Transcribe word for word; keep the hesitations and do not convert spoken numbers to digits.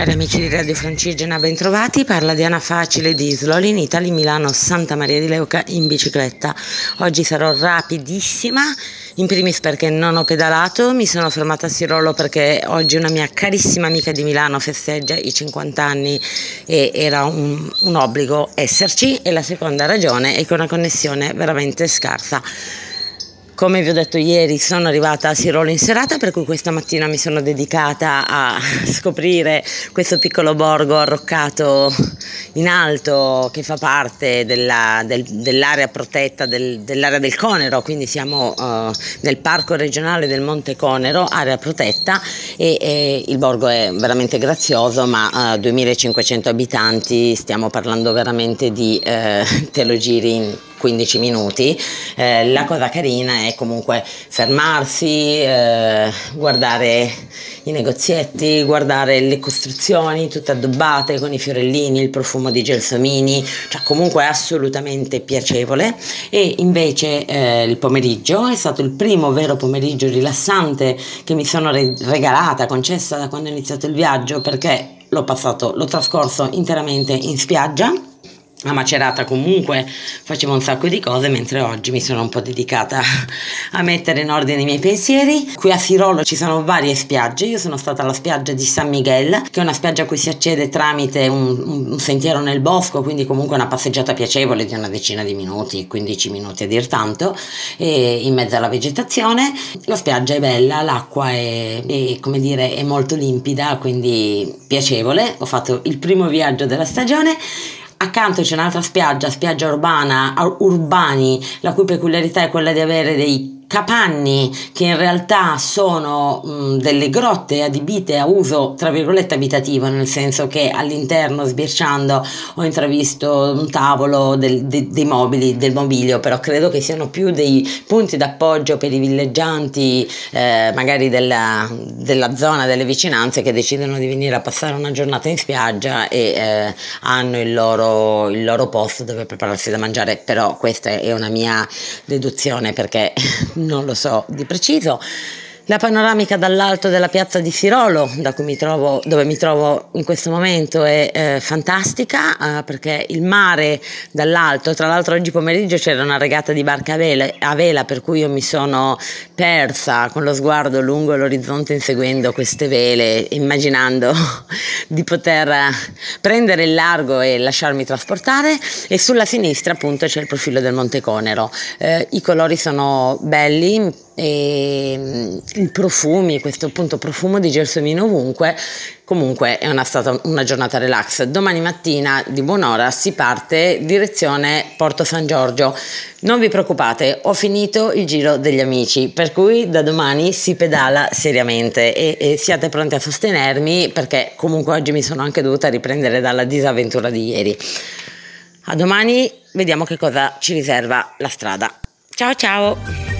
Cari amici di Radio Francigena, bentrovati. Parla Diana Facile di Slowly in Italy, Milano Santa Maria di Leuca in bicicletta. Oggi sarò rapidissima, in primis perché non ho pedalato, mi sono fermata a Sirolo perché oggi una mia carissima amica di Milano festeggia i cinquanta anni e era un, un obbligo esserci, e la seconda ragione è che ho una connessione veramente scarsa. Come vi ho detto ieri, sono arrivata a Sirolo in serata, per cui questa mattina mi sono dedicata a scoprire questo piccolo borgo arroccato in alto che fa parte della, del, dell'area protetta del, dell'area del Conero, quindi siamo uh, nel parco regionale del Monte Conero, area protetta, e, e il borgo è veramente grazioso, ma uh, duemilacinquecento abitanti, stiamo parlando veramente di uh, te lo giri in quindici minuti. Eh, la cosa carina è comunque fermarsi, eh, guardare i negozietti, guardare le costruzioni tutte addobbate con i fiorellini, il profumo di gelsomini, cioè comunque è assolutamente piacevole. E invece eh, il pomeriggio è stato il primo vero pomeriggio rilassante che mi sono re- regalata, concessa da quando ho iniziato il viaggio, perché l'ho passato, l'ho trascorso interamente in spiaggia. A Macerata comunque facevo un sacco di cose, mentre oggi mi sono un po' dedicata a mettere in ordine i miei pensieri. Qui a Sirolo ci sono varie spiagge. Io sono stata alla spiaggia di San Miguel, che è una spiaggia a cui si accede tramite un, un sentiero nel bosco, quindi comunque una passeggiata piacevole di una decina di minuti, quindici minuti a dir tanto, e in mezzo alla vegetazione. La spiaggia è bella, l'acqua è, è, come dire, è molto limpida, quindi piacevole. Ho fatto il primo viaggio della stagione. Accanto c'è un'altra spiaggia, spiaggia urbana, Urbani, la cui peculiarità è quella di avere dei capanni che in realtà sono mh, delle grotte adibite a uso tra virgolette abitativo, nel senso che all'interno, sbirciando, ho intravisto un tavolo, del, de, dei mobili, del mobilio, però credo che siano più dei punti d'appoggio per i villeggianti eh, magari della, della zona, delle vicinanze, che decidono di venire a passare una giornata in spiaggia e eh, hanno il loro, il loro posto dove prepararsi da mangiare. Però questa è una mia deduzione, perché non lo so di preciso. La panoramica dall'alto della piazza di Sirolo, da cui mi trovo, dove mi trovo in questo momento, è eh, fantastica, eh, perché il mare dall'alto, tra l'altro oggi pomeriggio c'era una regata di barche a vela, a vela, per cui io mi sono persa con lo sguardo lungo l'orizzonte inseguendo queste vele, immaginando di poter prendere il largo e lasciarmi trasportare. E sulla sinistra appunto c'è il profilo del Monte Conero. Eh, i colori sono belli, e i profumi, questo appunto profumo di gelsomino ovunque. Comunque è una, stata una giornata relax. Domani mattina di buon'ora si parte direzione Porto San Giorgio. Non vi preoccupate, ho finito il giro degli amici, per cui da domani si pedala seriamente, e, e siate pronti a sostenermi, perché comunque oggi mi sono anche dovuta riprendere dalla disavventura di ieri. A domani, vediamo che cosa ci riserva la strada. Ciao ciao!